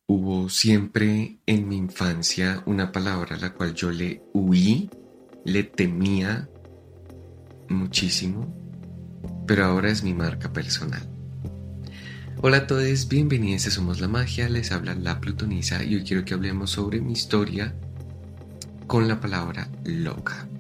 Hubo siempre en mi infancia una palabra a la cual yo le huí, le temía muchísimo, pero ahora es mi marca personal. Hola a todos, bienvenidos a Somos la Magia, les habla la Plutonisa y hoy quiero que hablemos sobre mi historia con la palabra loca.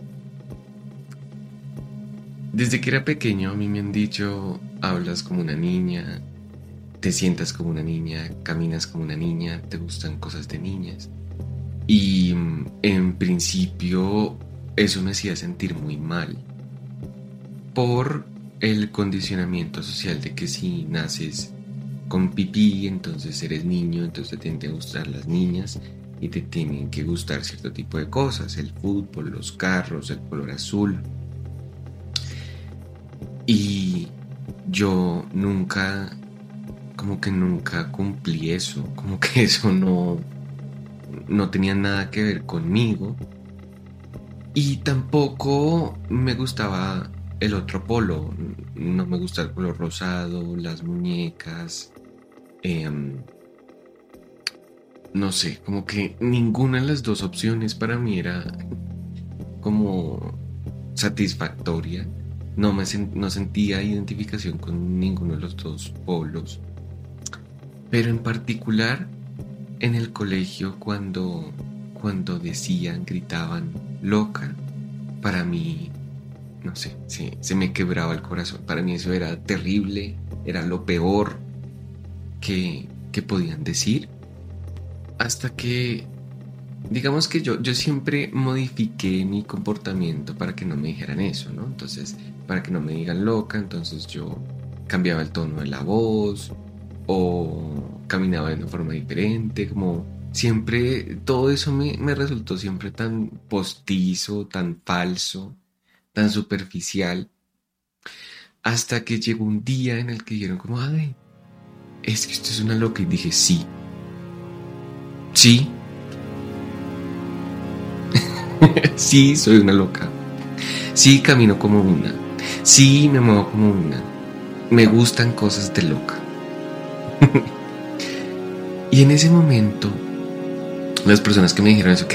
Desde que era pequeño a mí me han dicho, hablas como una niña, te sientas como una niña, caminas como una niña, te gustan cosas de niñas. Y en principio eso me hacía sentir muy mal por el condicionamiento social de que si naces con pipí, entonces eres niño, entonces te tienen que gustar las niñas y te tienen que gustar cierto tipo de cosas, el fútbol, los carros, el color azul. Y yo nunca, como que nunca cumplí eso, como que eso no tenía nada que ver conmigo. Y tampoco me gustaba el otro polo. No me gusta el color rosado, las muñecas. No sé, como que ninguna de las dos opciones para mí era como satisfactoria. No sentía identificación con ninguno de los dos polos. Pero en particular en el colegio cuando decían, gritaban loca, para mí, no sé, se me quebraba el corazón. Para mí eso era terrible, era lo peor que podían decir. Hasta que, digamos que yo siempre modifiqué mi comportamiento para que no me dijeran eso, ¿no? Entonces, para que no me digan loca, entonces yo cambiaba el tono de la voz o caminaba de una forma diferente, como siempre, todo eso me resultó siempre tan postizo, tan falso, tan superficial, hasta que llegó un día en el que dijeron como, ay, es que usted es una loca, y dije, sí, sí, sí, soy una loca, sí, camino como una, sí, me muevo como una, me gustan cosas de loca. Y en ese momento, las personas que me dijeron eso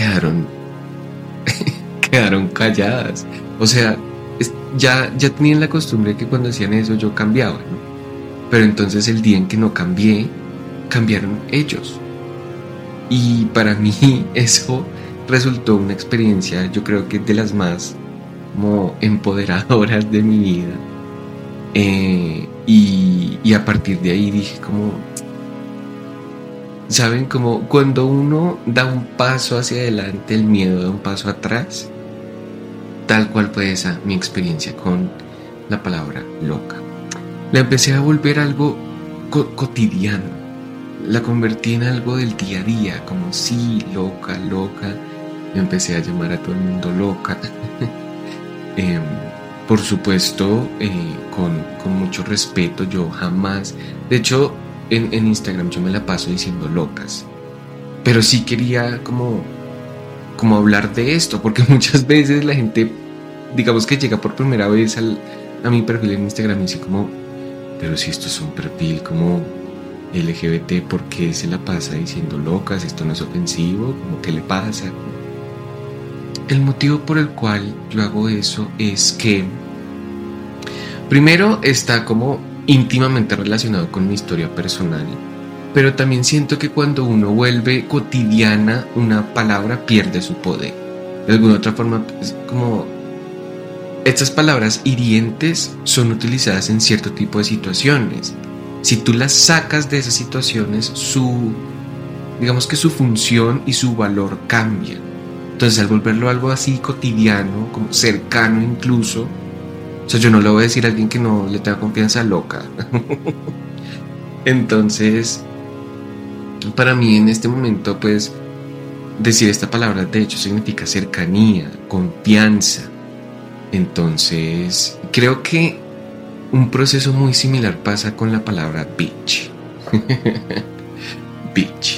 quedaron calladas. O sea, ya tenían la costumbre de que cuando hacían eso yo cambiaba, ¿no? Pero entonces el día en que no cambié, cambiaron ellos. Y para mí eso resultó una experiencia, yo creo que de las más como empoderadoras de mi vida. Y a partir de ahí dije como, ¿saben? Como cuando uno da un paso hacia adelante, el miedo da un paso atrás. Tal cual fue esa mi experiencia con la palabra loca. La empecé a volver algo cotidiano. La convertí en algo del día a día, como sí, loca, loca. Me empecé a llamar a todo el mundo loca. eh, por supuesto, con mucho respeto, yo jamás... De hecho, en Instagram yo me la paso diciendo locas. Pero sí quería como hablar de esto, porque muchas veces la gente, digamos que llega por primera vez a mi perfil en Instagram y dice como, pero si esto es un perfil como LGBT, ¿por qué se la pasa diciendo locas? Esto no es ofensivo, como qué le pasa. El motivo por el cual yo hago eso es que primero está como íntimamente relacionado con mi historia personal, pero también siento que cuando uno vuelve cotidiana una palabra pierde su poder. De alguna otra forma, es como estas palabras hirientes son utilizadas en cierto tipo de situaciones. Si tú las sacas de esas situaciones, digamos que su función y su valor cambian. Entonces, al volverlo algo así cotidiano, como cercano incluso, o sea, yo no le voy a decir a alguien que no le tenga confianza loca. Entonces, para mí en este momento, pues, decir esta palabra de hecho significa cercanía, confianza. Entonces, creo que un proceso muy similar pasa con la palabra bitch. Bitch.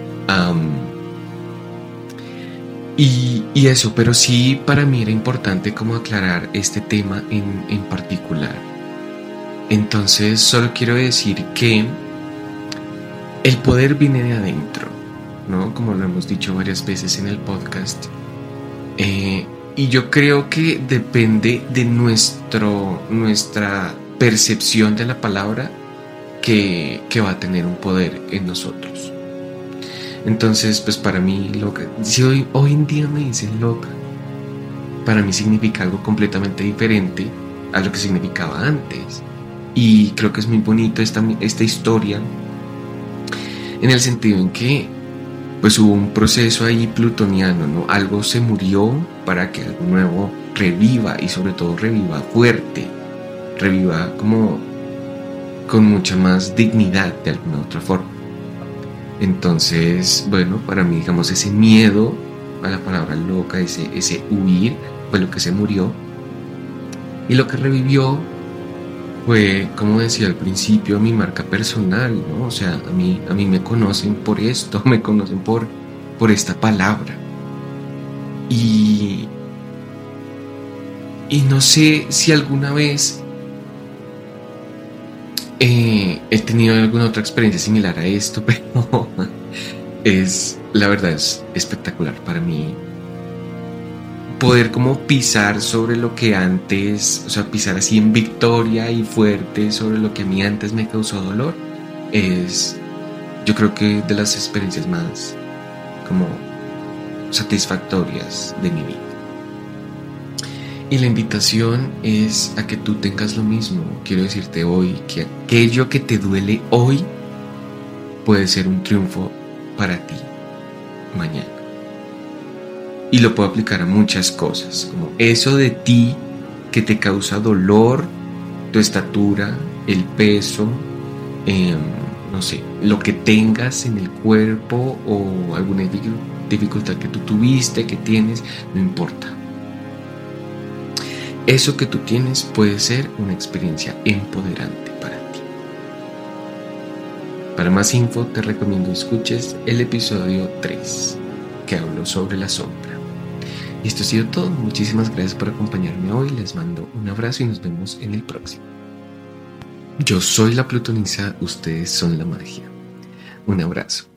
Y eso, pero sí para mí era importante como aclarar este tema en particular. Entonces, solo quiero decir que el poder viene de adentro, ¿no? Como lo hemos dicho varias veces en el podcast. Y yo creo que depende de nuestra percepción de la palabra que va a tener un poder en nosotros. Entonces, pues para mí, loca, si hoy en día me dicen loca, para mí significa algo completamente diferente a lo que significaba antes. Y creo que es muy bonito esta historia, en el sentido en que pues hubo un proceso ahí plutoniano, ¿no? Algo se murió para que algo nuevo reviva, y sobre todo reviva fuerte, reviva como con mucha más dignidad de alguna otra forma. Entonces, bueno, para mí, digamos, ese miedo a la palabra loca, ese huir, fue lo que se murió. Y lo que revivió fue, como decía al principio, mi marca personal, ¿no? O sea, a mí me conocen por esto, me conocen por esta palabra. Y no sé si alguna vez he tenido alguna otra experiencia similar a esto, pero la verdad es espectacular para mí poder como pisar sobre lo que antes, o sea, pisar así en victoria y fuerte sobre lo que a mí antes me causó dolor. Yo creo que de las experiencias más como satisfactorias de mi vida. Y la invitación es a que tú tengas lo mismo. Quiero decirte hoy que aquello que te duele hoy puede ser un triunfo para ti mañana. Y lo puedo aplicar a muchas cosas, como eso de ti que te causa dolor, tu estatura, el peso, no sé, lo que tengas en el cuerpo o alguna dificultad que tú tuviste, que tienes, no importa. Eso que tú tienes puede ser una experiencia empoderante para ti. Para más info te recomiendo escuches el episodio 3, que hablo sobre la sombra. Y esto ha sido todo. Muchísimas gracias por acompañarme hoy. Les mando un abrazo y nos vemos en el próximo. Yo soy la plutonisa, ustedes son la magia. Un abrazo.